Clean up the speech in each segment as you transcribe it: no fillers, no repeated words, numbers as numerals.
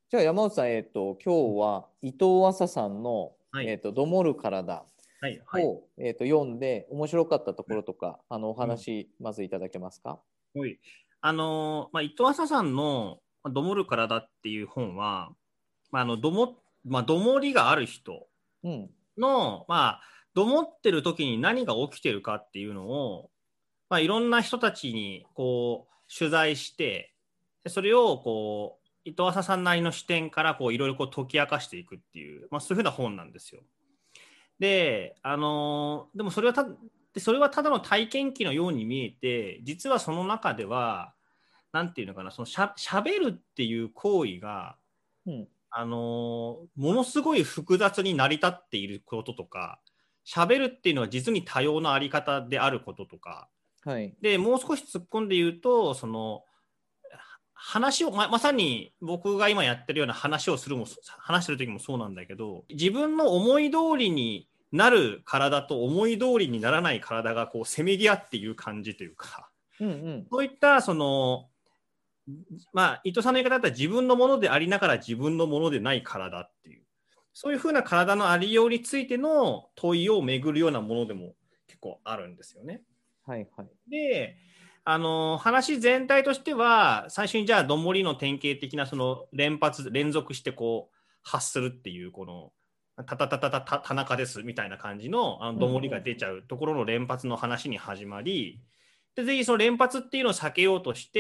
じゃあ山内さん、今日は伊藤浅さんの、 はい。 どもる体はい。はい。 を、読んで面白かったところとか、おうん。 話、まずいただけますか？ はい。伊藤浅さんの「どもる体」っていう本は、どもりがある人うん。 の、どもってる時に何が起きてるかっていうのを、いろんな人たちにこう取材して、それをこう伊藤浅さんなりの視点からこういろいろこう解き明かしていくっていう、そういうふうな本なんですよ。で、でもそれはただの体験記のように見えて、実はその中では、なんていうのかな、そのしゃべるっていう行為が、 うん。 ものすごい複雑に成り立っていることとか、しゃべるっていうのは実に多様なあり方であることとか、 はい。 で、もう少し突っ込んで言うと、その、話をまさに僕が今やってるような話してる時もそうなんだけど、自分の思い通りになる体と思い通りにならない体がこうせめぎ合っている感じというか、 うんうん。 そういったその、伊藤さんの言い方だったら自分のものでありながら自分のものでない体っていう、そういうふうな体のありようについての問いを巡るようなものでも結構あるんですよね。 はいはい。 で、話全体としては、最初にじゃあ、どもりの典型的なその連続してこう発するっていう、この、たたたたたた田中ですみたいな感じのどもりがうんうん。 出ちゃうところの連発の話に始まり、でぜひその連発っていうのを避けようとして、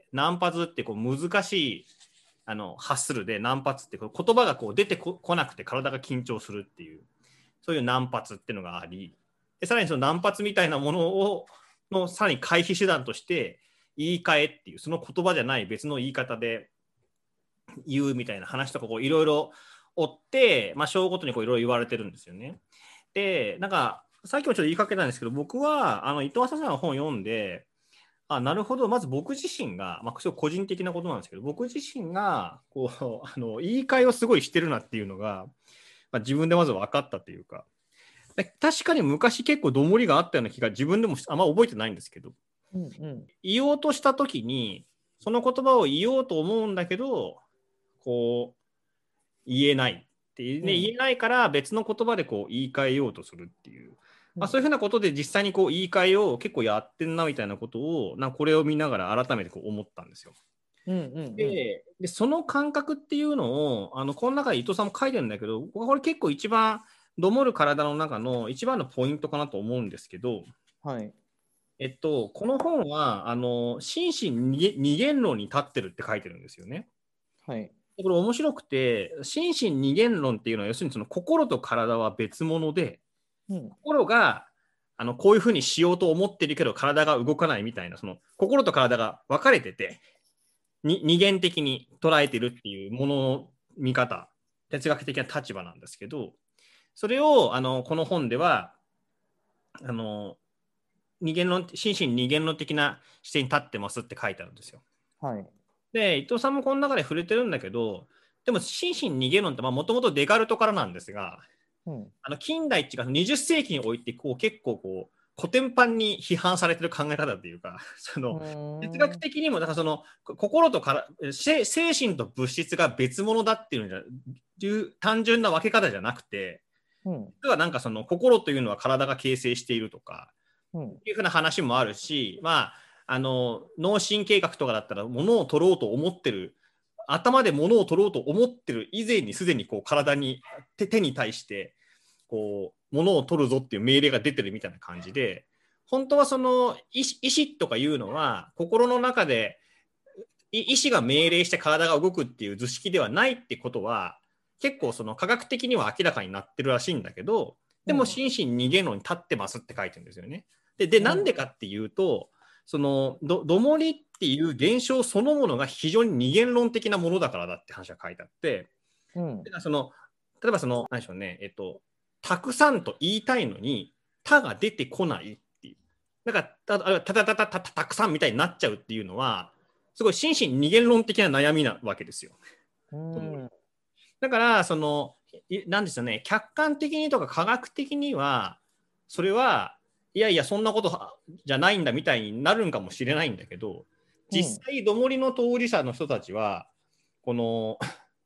難発ってこう難しい発するで、難発ってこう言葉がこう出てこなくて体が緊張するっていう、そういう難発っていうのがあり、でさらにその難発みたいなものをさらに回避手段として言い換えっていうその言葉じゃない別の言い方で言うみたいな話とかいろいろ追って、章ごとにいろいろ言われてるんですよね。で、なんかさっきもちょっと言いかけたんですけど、僕は伊藤浅さんの本を読んで、なるほど、まず僕自身が、すごい個人的なことなんですけど、僕自身がこう言い換えをすごいしてるなっていうのが、自分でまず分かったというか、確かに昔結構どもりがあったような気が自分でもあんま覚えてないんですけど、 うんうん。 言おうとした時にその言葉を言おうと思うんだけど、こう言えないっていうね、 うん。 言えないから別の言葉でこう言い換えようとするっていう、 うん。 そういうふうなことで実際にこう言い換えを結構やってんなみたいなことをこれを見ながら改めてこう思ったんですよ。 うんうんうん。 でその感覚っていうのをこの中で伊藤さんも書いてるんだけど、僕はこれ結構一番どもる体の中の一番のポイントかなと思うんですけど、 はい。 この本は心身二元論に立ってるって書いてるんですよね。 はい。 これ面白くて、心身二元論っていうのは要するにその心と体は別物で、 うん。 心がこういうふうにしようと思ってるけど体が動かないみたいな、その心と体が分かれてて二元的に捉えてるっていうものの見方、哲学的な立場なんですけど、それをこの本ではあの二元論心身二元論的な視点に立ってますって書いてあるんですよ。 はい。 で、伊藤さんもこの中で触れてるんだけど、でも心身二元論ってもともとデカルトからなんですが、 うん。 近代っていうか20世紀において結構古典版に批判されてる考え方っていうか、そうの哲学ーん。 的にもだからその心とから精神と物質が別物だっていうのじゃ単純な分け方じゃなくて、 うん。 実はその心というのは体が形成しているとかうん。 いうふうな話もあるし、脳神経学とかだったら物を取ろうと思ってる、頭で物を取ろうと思ってる以前にすでにこう体に手に対してこう物を取るぞっていう命令が出てるみたいな感じで、本当はその意思とかいうのは心の中で意思が命令して体が動くっていう図式ではないってことは結構その科学的には明らかになってるらしいんだけど、でもうん。 心身二元論に立ってますって書いてるんですよね。 うん。 なんでかっていうと、そのどもりっていう現象そのものが非常に二元論的なものだからだって話が書いてあって、 うん。 その例えばその何でしょうね、たくさんと言いたいのにたが出てこないっていう、だからたくさんみたいになっちゃうっていうのはすごい心身二元論的な悩みなわけですよ。 うん。 だからそのなんですよね、客観的にとか科学的にはそれはいやいやそんなことじゃないんだみたいになるんかもしれないんだけど、 うん。 実際どもりの当事者の人たちはこの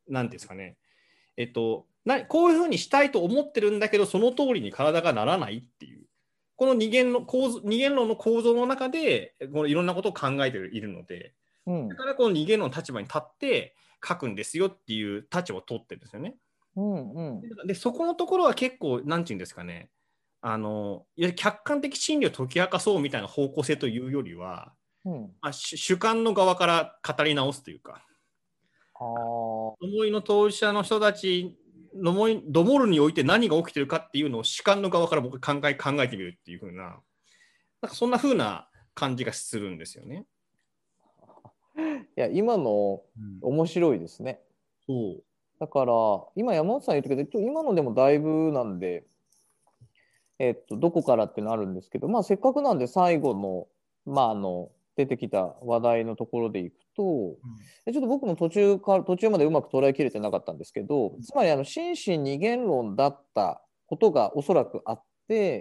なんていうんですかね、こういうふうにしたいと思ってるんだけど、その通りに体がならないっていう、この二元論の構造の中で、このいろんなことを考えているので、だからこの二元論の立場に立って書くんですよっていう立場を取ってるんですよね。で、そこのところは結構、なんていうんですかね、いわゆる客観的真理を解き明かそうみたいな方向性というよりは、主観の側から語り直すというか、思いの当事者の人たちのドモルにおいて何が起きてるかっていうのを主観の側から僕考えてみるっていう風な、なんかそんな風な感じがするんですよね。 いや、今の面白いですね。 そうだから、今山本さん言ったけど、今のでもだいぶなんで、どこからってなるんですけど、まあ、せっかくなんで最後の、まあ、出てきた話題のところでいくと、ちょっと僕も途中までうまく捉えきれてなかったんですけど、つまり心身二元論だったことがおそらくあって、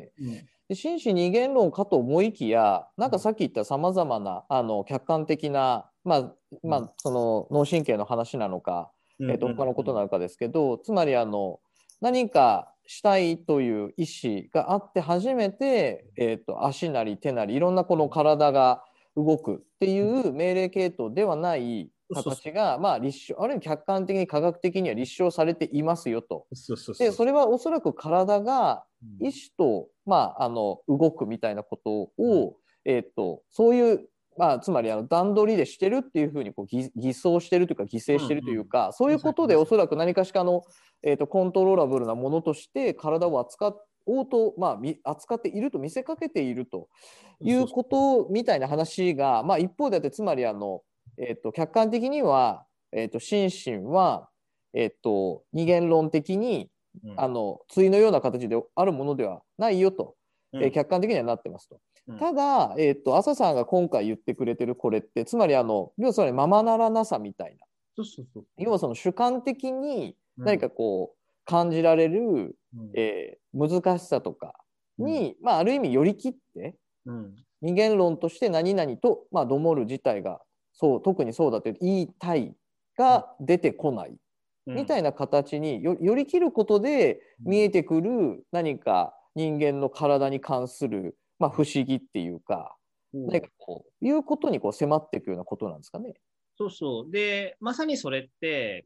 で心身二元論かと思いきや、なんかさっき言ったさまざまな客観的な、その脳神経の話なのか、他のことなのかですけど、つまり何かしたいという意思があって初めて、足なり手なりいろんなこの体が動くっていう命令系統ではない形が、まあ、ある意味客観的に科学的には立証されていますよと。でそれはおそらく体が意思と、動くみたいなことを、そういう、つまり段取りでしてるっていうふうに偽装してるというか犠牲してるというか、そういうことでおそらく何かしかのコントローラブルなものとして体を扱っていると見せかけているということみたいな話が、一方であって、つまり客観的には、心身は、二元論的に対のような形であるものではないよと、客観的にはなってますと。ただ、朝さんが今回言ってくれてるこれって、つまり要はそれままならなさみたいな、要はその主観的に何かこう感じられる、難しさとかに、ある意味寄り切って、二元論として何々と、ドモル自体が特にそうだと言いたいが出てこないみたいな形に寄り切ることで見えてくる何か人間の体に関する、不思議っていうか、何かこういうことに迫っていくようなことなんですかね。 そうそう。で、まさにそれって、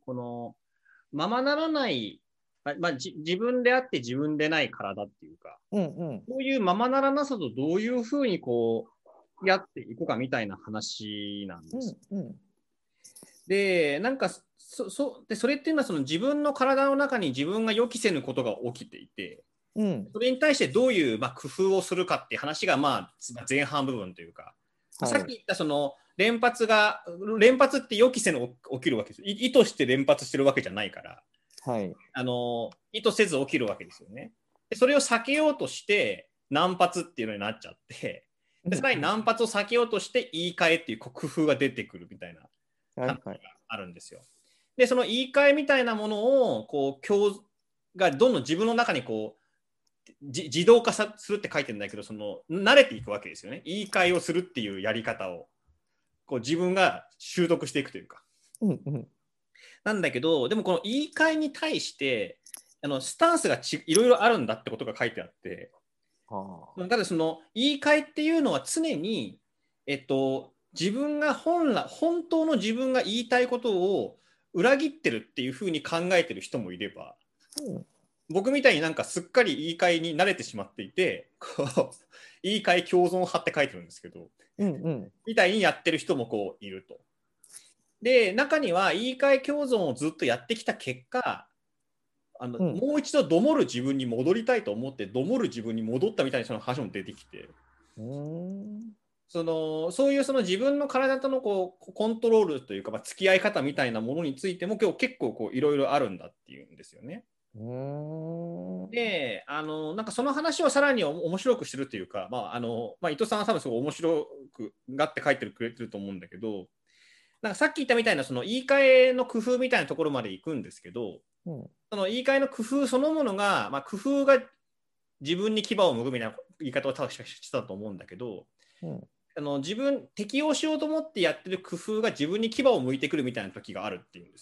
このままならない、自分であって自分でない体っていうか、そういうままならなさとどういうふうにやっていくかみたいな話なんです。で、なんかそれっていうのはその自分の体の中に自分が予期せぬことが起きていて、それに対してどういう、工夫をするかっていう話が、前半部分というか、さっき言ったその連発って予期せぬ起きるわけです。意図して連発してるわけじゃないから、意図せず起きるわけですよね。でそれを避けようとして難発っていうのになっちゃって、でさらに難発を避けようとして言い換えっていう工夫が出てくるみたいな話があるんですよ。でその言い換えみたいなものをがどんどん自分の中に自動化するって書いてるんだけど、その慣れていくわけですよね。言い換えをするっていうやり方を自分が習得していくというか。なんだけど、でもこの言い換えに対してスタンスがいろいろあるんだってことが書いてあって、ただその言い換えっていうのは常に、自分が本当の自分が言いたいことを裏切ってるっていうふうに考えてる人もいれば、僕みたいになんかすっかり言い換えに慣れてしまっていて、言い換え共存派って書いてるんですけど、みたいにやってる人もいると。で、中には言い換え共存をずっとやってきた結果、もう一度ドモる自分に戻りたいと思ってドモる自分に戻ったみたいなその話も出てきて、そういうその自分の体とのコントロールというか、付き合い方みたいなものについても結構いろいろあるんだっていうんですよね。で、なんかその話をさらに面白くしてるというか、伊藤さんは多分すごい面白くがって書いてくれてると思うんだけど、なんかさっき言ったみたいなその言い換えの工夫みたいなところまで行くんですけど、その言い換えの工夫そのものが、工夫が自分に牙を向くみたいな言い方を確かしてたと思うんだけど、適応しようと思ってやってる工夫が自分に牙を向いてくるみたいな時があるっていうんですよ。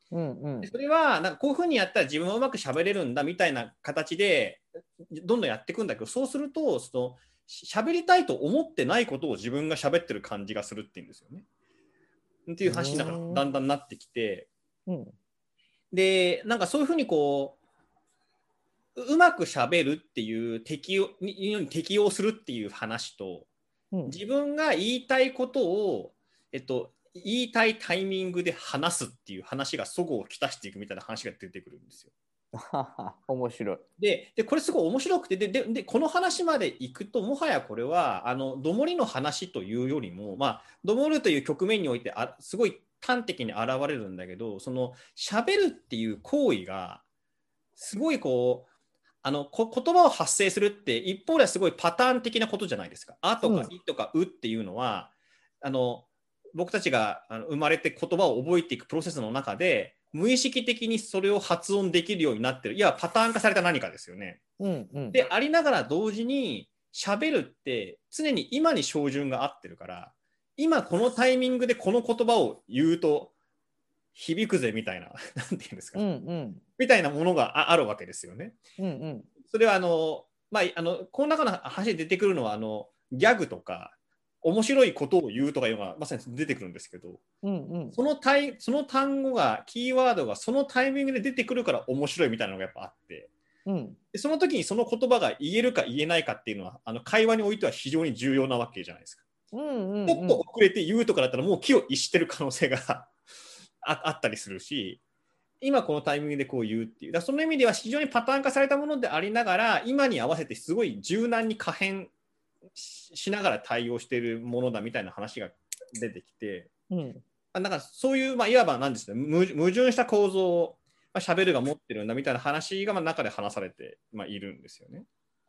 うんそれはなんかこういうふうにやったら自分はうまく喋れるんだみたいな形でどんどんやっていくんだけど、そうすると喋りたいと思ってないことを自分が喋ってる感じがするっていうんですよね。っていう話にだんだんなってきて、でなんかそういうふうにこうまく喋るっていうに適用するっていう話と、自分が言いたいことを、言いたいタイミングで話すっていう話が齟齬をきたしていくみたいな話が出てくるんですよ。 面白い。 でこれすごい面白くて、でこの話までいくと、もはやこれはどもりの話というよりも、どもるという局面においてすごい端的に現れるんだけど、その喋るっていう行為がすごいこう言葉を発生するって一方ではすごいパターン的なことじゃないですか。あとかいとかうっていうのは、僕たちが生まれて言葉を覚えていくプロセスの中で無意識的にそれを発音できるようになってる、いやパターン化された何かですよね。でありながら同時に喋るって常に今に照準が合ってるから、今このタイミングでこの言葉を言うと響くぜみたいななんていうんですか、みたいなものがあるわけですよね。それはこの中の話で出てくるのはギャグとか面白いことを言うとかいうのがまさに出てくるんですけど、その単語がキーワードがそのタイミングで出てくるから面白いみたいなのがやっぱあって、でその時にその言葉が言えるか言えないかっていうのは会話においては非常に重要なわけじゃないですか。ちょっと遅れて言うとかだったらもう気を逸してる可能性があったりするし、今このタイミングでこう言うっていう、だその意味では非常にパターン化されたものでありながら、今に合わせてすごい柔軟に可変しながら対応しているものだみたいな話が出てきて、だからそういう、いわば何ですね、矛盾した構造を喋るが持ってるんだみたいな話が中で話されているんですよね。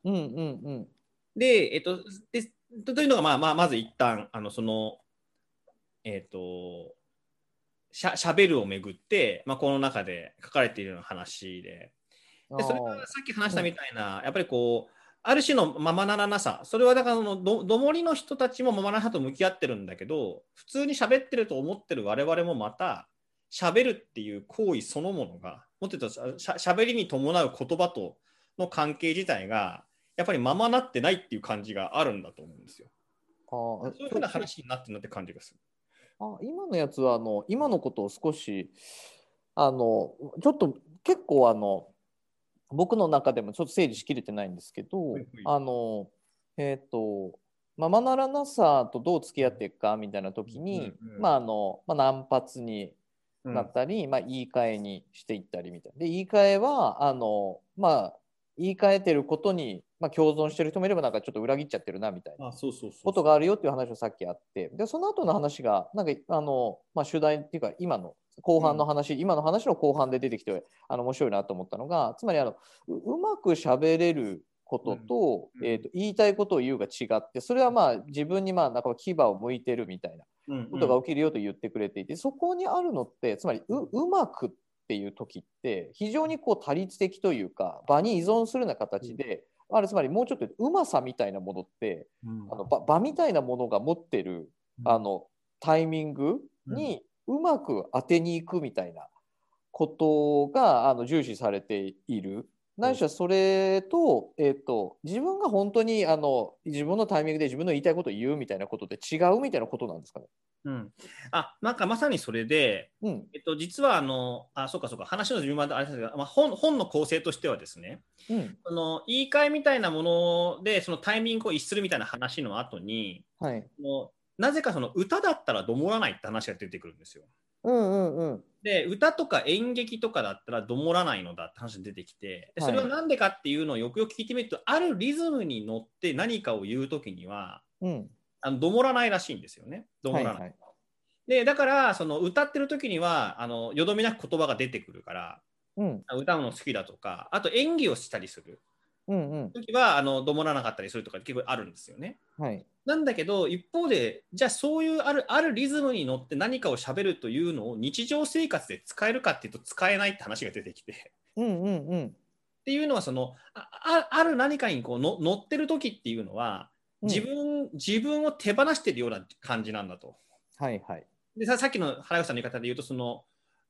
で、というのがまず一旦しゃべるをめぐって、この中で書かれているような話で、それがさっき話したみたいな、やっぱりこうある種のままならなさ、それはだからどもりの人たちもままならなさと向き合ってるんだけど、普通に喋ってると思ってる我々もまた喋るっていう行為そのものが、もっと言うと喋りに伴う言葉との関係自体がやっぱりままなってないっていう感じがあるんだと思うんですよ。そういうふうな話になってるなって感じがする。 今のやつは今のことを少しちょっと結構僕の中でもちょっと整理しきれてないんですけど、ままならなさとどう付き合っていくかみたいな時に、難発になったり、言い換えにしていったりみたいな。で言い換えは言い換えてることに、共存してる人もいればなんかちょっと裏切っちゃってるなみたいなことがあるよっていう話をさっきあって、でその後の話がなんか主題っていうか今の後半の話、今の話の後半で出てきて面白いなと思ったのが、つまりうまく喋れることと、言いたいことを言うが違って、それは自分になんか牙を向いてるみたいなことが起きるよと言ってくれていて、そこにあるのってつまりうまくっていう時って非常に多律的というか場に依存するような形で、つまりもうちょっとうまさみたいなものって、場みたいなものが持ってるタイミングにうまく当てに行くみたいなことが重視されている。何しろそれと、自分が本当に自分のタイミングで自分の言いたいことを言うみたいなことで違うみたいなことなんですかね。 なんかまさにそれで、実はそうか話の順番であれですが、本の構成としてはですね、その言い換えみたいなものでそのタイミングを逸するみたいな話の後に、なぜかその歌だったらどもらないって話が出てくるんですよ。で歌とか演劇とかだったらどもらないのだって話が出てきて、でそれは何でかっていうのをよくよく聞いてみると、あるリズムに乗って何かを言うときには、どもらないらしいんですよね。どもらない。でだからその歌ってる時にはよどみなく言葉が出てくるから、歌うの好きだとか、あと演技をしたりする時はどもらなかったりするとか結構あるんですよね。なんだけど一方で、じゃあそういうあるリズムに乗って何かを喋るというのを日常生活で使えるかっていうと使えないって話が出てきて、っていうのはそのある何かに乗ってる時っていうのは自分を手放しているような感じなんだと。でさっきの原口さんの言い方で言うと、その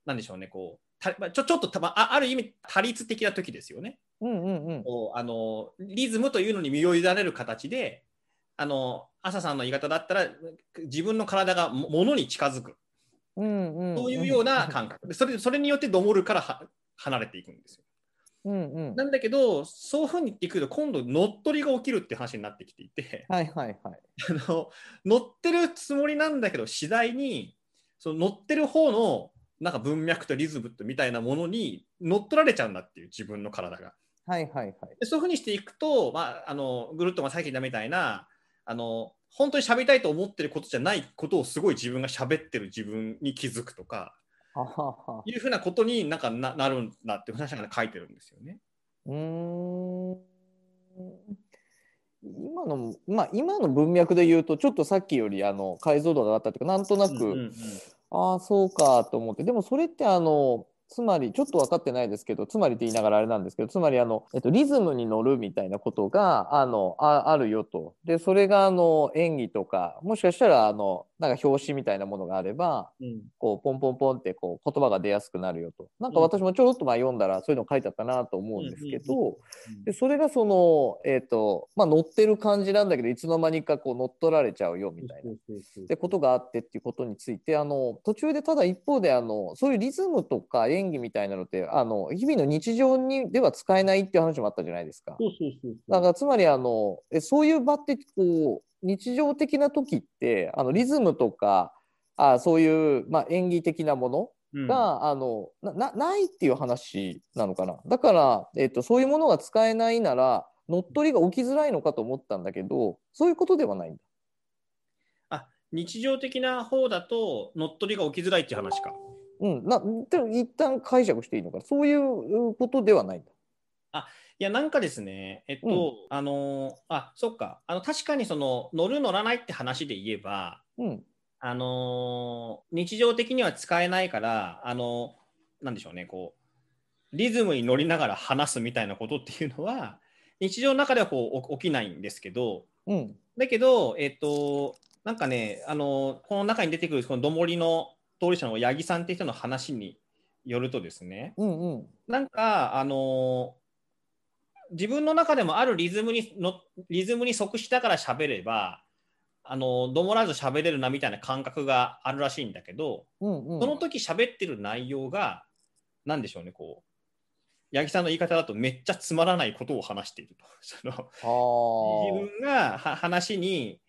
なんでしょうね、こうちょっとある意味多律的な時ですよね。こうリズムというのに身を委ねる形で、朝さんの言い方だったら自分の体が物に近づく、そういうような感覚で、それによってどもるから離れていくんですよ。なんだけど、そういうふうに言っていくと今度乗っ取りが起きるって話になってきていて、乗ってるつもりなんだけど次第にその乗ってる方のなんか文脈とリズムみたいなものに乗っ取られちゃうんだっていう、自分の体が。でそういうふうにしていくと、ぐるっとさっき言ったみたいな本当に喋りたいと思ってることじゃないことをすごい自分が喋ってる自分に気づくとかいうふうなことになるんだって話が書いてるんですよね。 今の文脈で言うとちょっとさっきより解像度が上がったというか、なんとなく、ああそうかと思って。でもそれってつまりちょっと分かってないですけど、つまりって言いながらあれなんですけど、つまりリズムに乗るみたいなことがあるよと。でそれが演技とか、もしかしたらなんか表紙みたいなものがあれば、こうポンポンポンってこう言葉が出やすくなるよと。なんか私もちょろっと読んだらそういうの書いてあったなと思うんですけど、でそれがその乗ってる感じなんだけど、いつの間にかこう乗っ取られちゃうよみたいなでことがあってっていうことについて、途中でただ一方でそういうリズムとか演技みたいなのって日々の日常にでは使えないっていう話もあったじゃないですか。だからつまりそういう場ってこう日常的な時ってリズムとかそういう、演技的なものが、ないっていう話なのかな。だから、そういうものが使えないなら乗っ取りが起きづらいのかと思ったんだけど、そういうことではないんだ。 日常的な方だと乗っ取りが起きづらいっていう話か。 一旦解釈していいのかな。そういうことではないんだ。 いやなんかですね、そっか、確かにその乗る乗らないって話で言えば、日常的には使えないから、なんでしょうね、こうリズムに乗りながら話すみたいなことっていうのは日常の中ではこう起きないんですけど、だけどなんかね、この中に出てくるこのどもりの通り者の八木さんっていう人の話によるとですね、なんか自分の中でもあるリズムに即しながら喋ればどもらず喋れるなみたいな感覚があるらしいんだけど、その時喋ってる内容が何でしょうね、こう八木さんの言い方だとめっちゃつまらないことを話していると。自分が話に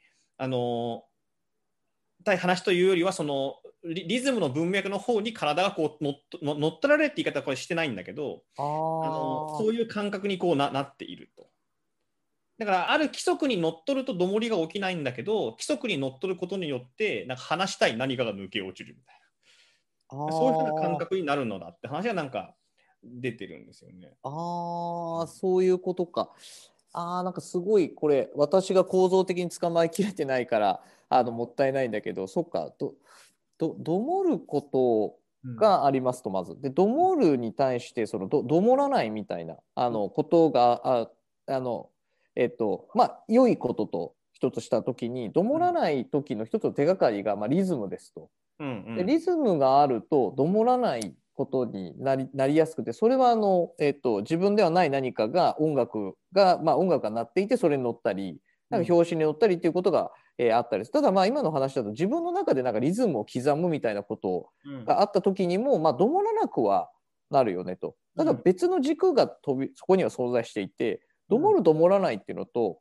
話というよりはそのリズムの文脈の方に体がこう乗っ取られるって言い方はこれしてないんだけど、そういう感覚にこうなっていると。だからある規則にのっとるとどもりが起きないんだけど、規則にのっとることによってなんか話したい何かが抜け落ちるみたいな、そういうふうな感覚になるのだって話がなんか出てるんですよね。 そういうことか。なんかすごいこれ私が構造的に捕まえきれてないからもったいないんだけど、そっか、どもることがありますと、まず。でどもるに対してそのどもらないみたいなことが良いことと一つした時に、どもらない時の一つの手がかりが、リズムですと。でリズムがあるとどもらないことになりやすくて、それは自分ではない何かが音楽が鳴っていて、それに乗ったりなんか表紙に乗ったりっていうことが、あったりです。ただ今の話だと自分の中でなんかリズムを刻むみたいなことがあった時にも、どもらなくはなるよねと。ただ別の軸がそこには存在していて、どもるどもらないっていうのと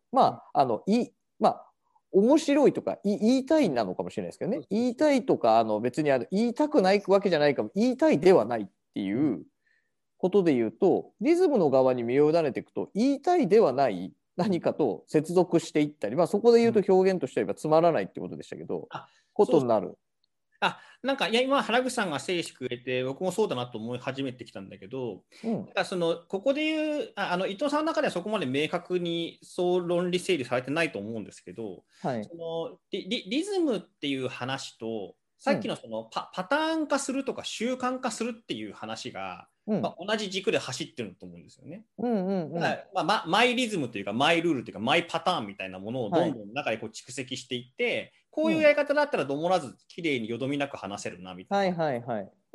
面白いとか言いたいなのかもしれないですけどね、言いたいとか別に言いたくないわけじゃないかも、言いたいではないっていうことで言うと、リズムの側に身を委ねていくと言いたいではない何かと接続していったり、そこで言うと表現としてはつまらないってことでしたけど、ことになる。 なんか今原口さんが整理してくれて僕もそうだなと思い始めてきたんだけど、ここでいう伊藤さんの中ではそこまで明確にそう論理整理されてないと思うんですけど、そのリズムっていう話とさっきのそのパターン化するとか習慣化するっていう話が、同じ軸で走ってると思うんですよね。マイリズムというかマイルールというかマイパターンみたいなものをどんどん中でこう蓄積していって、こういうやり方だったらどもらずきれいによどみなく話せるなみたいな、そう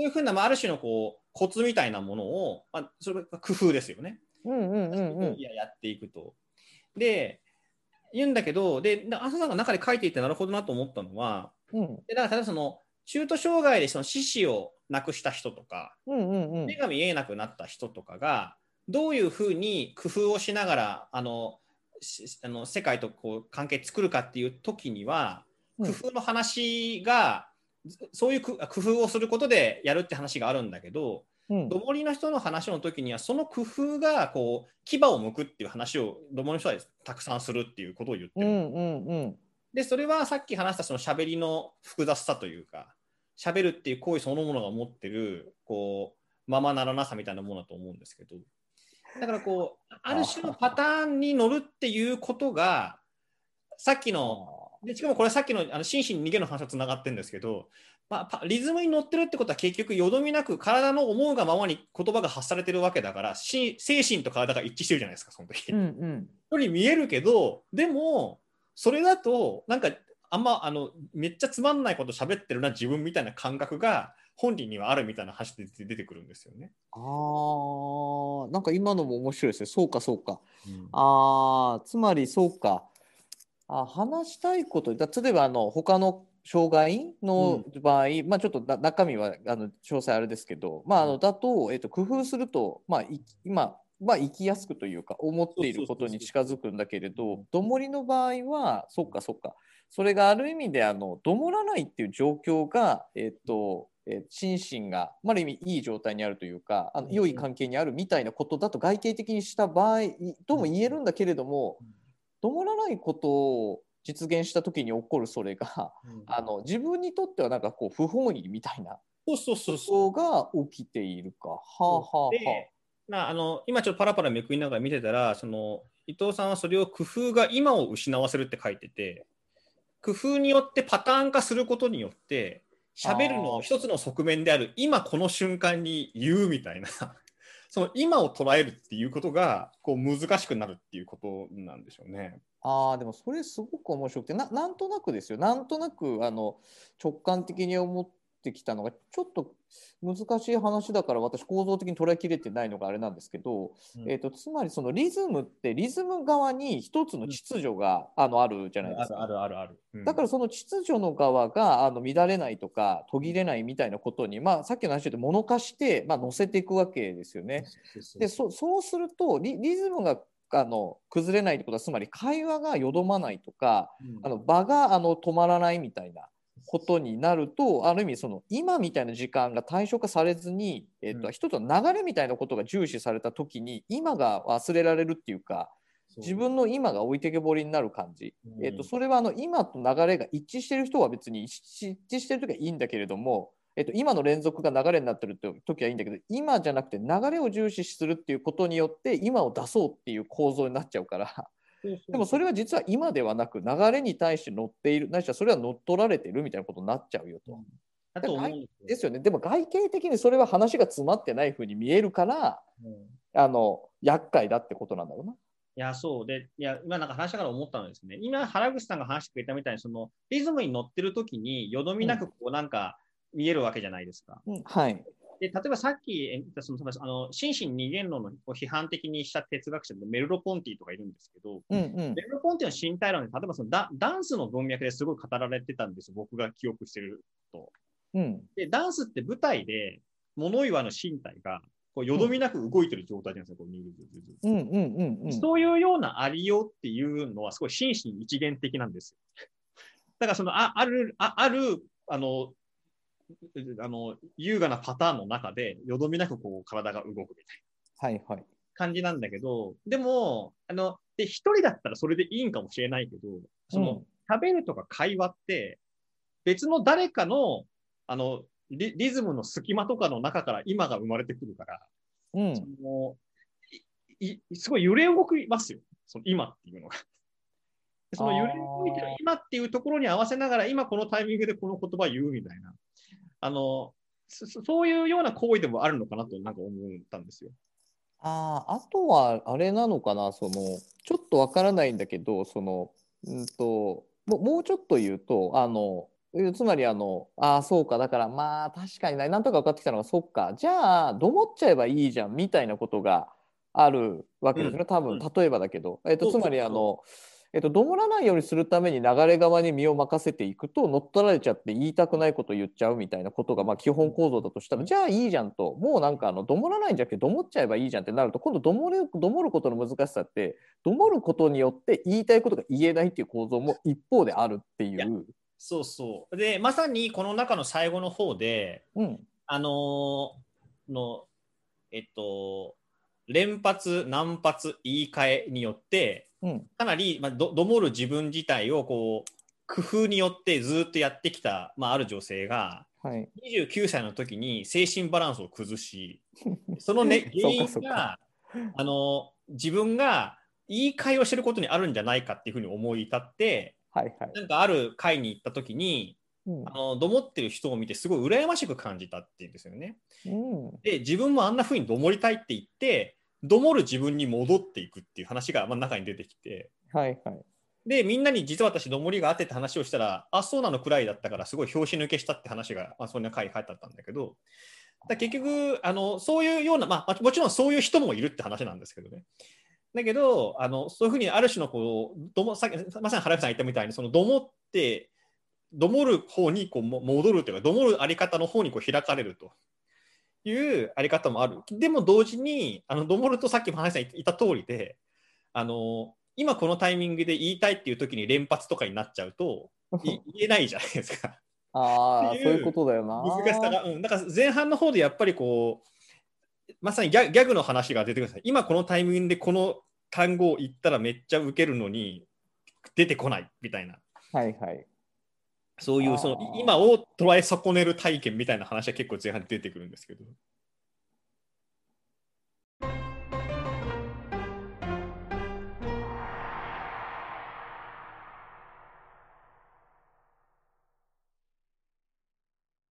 そういうふうな、まあ、ある種のこうコツみたいなものを、まあ、それが工夫ですよね。やっていくと。で、言うんだけど、で、朝さんが中で書いていてなるほどなと思ったのは、でだから例えばその中途障害でその四肢をなくした人とか、目が見えなくなった人とかが、どういうふうに工夫をしながら世界とこう関係作るかっていう時には、工夫の話が、そういう工夫をすることでやるって話があるんだけど、どもりの人の話の時にはその工夫がこう牙を向くっていう話をどもりの人はたくさんするっていうことを言ってる。でそれはさっき話したその喋りの複雑さというか、喋るっていう行為そのものが持ってるこうままならなさみたいなものだと思うんですけど、だからこうある種のパターンに乗るっていうことがさっきので、しかもこれさっきの心身に逃げの話とつながってるんですけど、まあ、リズムに乗ってるってことは結局よどみなく体の思うがままに言葉が発されてるわけだから、精神と体が一致してるじゃないですか、その時。より見えるけど、でもそれだとなんかあんまめっちゃつまんないこと喋ってるな自分みたいな感覚が本人にはあるみたいな話で出てくるんですよね。 なんか今のも面白いですね。そうかそうか。つまりそうか。話したいこと、例えば他の障害の場合、まあ、ちょっと中身は詳細あれですけど、まあ、だと、工夫すると、まあ、今、まあ、生きやすくというか思っていることに近づくんだけれど、どもりの場合はそっかそっか、それがある意味でどもらないっていう状況が、心身がある意味いい状態にあるというか良い関係にあるみたいなことだと外形的にした場合とも言えるんだけれども、どもらないことを実現した時に起こるそれが、自分にとってはなんかこう不本意みたいなことが起きているか。 今ちょっとパラパラめくりながら見てたら、その伊藤さんはそれを工夫が今を失わせるって書いてて、工夫によってパターン化することによって喋るの一つの側面である今この瞬間に言うみたいなその今を捉えるっていうことがこう難しくなるっていうことなんでしょうね。 でもそれすごく面白くてなんとなくですよ、なんとなく直感的に思ってきたのが、ちょっと難しい話だから私構造的に捉えきれてないのがあれなんですけど、つまりそのリズムってリズム側に一つの秩序があるじゃないですか。だからその秩序の側が乱れないとか途切れないみたいなことに、まあ、さっきの話で物化して、まあ、乗せていくわけですよね。でそうするとリズムが崩れないってことは、つまり会話がよどまないとか、場が止まらないみたいなことになると、ある意味その今みたいな時間が対象化されずに、一つの流れみたいなことが重視された時に今が忘れられるっていうか、自分の今が置いてけぼりになる感じ、それは今と流れが一致している人は別に一致している時はいいんだけれども、今の連続が流れになってる時はいいんだけど、今じゃなくて流れを重視するっていうことによって今を出そうっていう構造になっちゃうからでもそれは実は今ではなく流れに対して乗っている、ないしはそれは乗っ取られているみたいなことになっちゃうよと。 だと思うんですよね。でも外形的にそれは話が詰まってないふうに見えるから、厄介だってことなんだろうな。 いや、そうで、いや、今なんか話しながら思ったのですね。今、原口さんが話してくれたみたいに、そのリズムに乗ってる時によどみなくこうなんか見えるわけじゃないですか。 はい。 で例えばさっき言ったその心身二元論を批判的にした哲学者でメルロ・ポンティとかいるんですけど、メルロ・ポンティの身体論で例えばそのダンスの文脈ですごい語られてたんですよ、僕が記憶してると。でダンスって舞台で物言わぬ身体がこうよどみなく動いてる状態じゃないですか、そういうようなありようっていうのはすごい心身一元的なんですよ。だからそのある優雅なパターンの中でよどみなくこう体が動くみたいな感じなんだけど、でもで一人だったらそれでいいんかもしれないけど、その喋るとか会話って別の誰かのリズムの隙間とかの中から今が生まれてくるから、すごい揺れ動きますよ、その今っていうのが。その揺れ動いてる今っていうところに合わせながら、今このタイミングでこの言葉を言うみたいな、そういうような行為でもあるのかなとなんか思ったんですよ。 あとはあれなのかな、そのちょっとわからないんだけど、そのもうちょっと言うとつまりそうか、だからまあ確かになんとか分かってきたのが、そっか、じゃあ、どもっちゃえばいいじゃんみたいなことがあるわけですね、 うん。 多分、 うん。 例えばだけど。 そうつまりそうそどもらないようにするために流れ側に身を任せていくと、乗っ取られちゃって言いたくないこと言っちゃうみたいなことが、まあ、基う。うん。 本構造だとしたら、じゃあいいじゃんと、もうなんかどもらないんじゃなくて、どもっちゃえばいいじゃんってなると、今度どもることの難しさって、どもることによって言いたいことが言えないっていう構造も一方であるっていいや、 う。 そうそう。で、まさにこの中の最後の方で、 うん。 あのーの、えっと、連発、難発、言い換えによって、 うん。 かなり、まあ、どもる自分自体をこう工夫によってずっとやってきた、まあ、ある女性が、 はい。 29歳の時に精神バランスを崩し、その、ね、原そうか、そうか。 因が、自分が言い換えをしてることにあるんじゃないかっていうふうに思い至って、 はいはい。 なんかある会に行った時に、 うん。 どもってる人を見てすごい羨ましく感じたっていうんですよね。 うん。 で、自分もあんな風にどもりたいって言って、どもる自分に戻っていくっていう話が、まあ、中に出てきて、 はいはい。 で、みんなに実は私、どもりがあってって話をしたら、あ、そうなのくらいだったから、すごい拍子抜けしたって話が、まあ、そんな回に入ってたんだけど、結局そういうような、まあ、もちろんそういう人もいるって話なんですけどね。だけど、そういうふうにある種のこう、まさに原口さん言ったみたいに、そのどもって、どもる方にこう戻るというか、どもるあり方の方にこう開かれるというあり方もある。でも同時に、どもるとさっきも話した言った通りで、今このタイミングで言いたいっていう時に連発とかになっちゃうと、言えないじゃないですか。ってああ、そういういうことだよ難しさが、 な。 うん、だから前半の方でやっぱりこう、まさにギャグの話が出てくるんです。今このタイミングでこの単語を言ったらめっちゃウケるのに出てこないみたいな。 はいはい。 そういうその今あを捉え損ねる体験みたいな話は結構前半出てくるんですけど。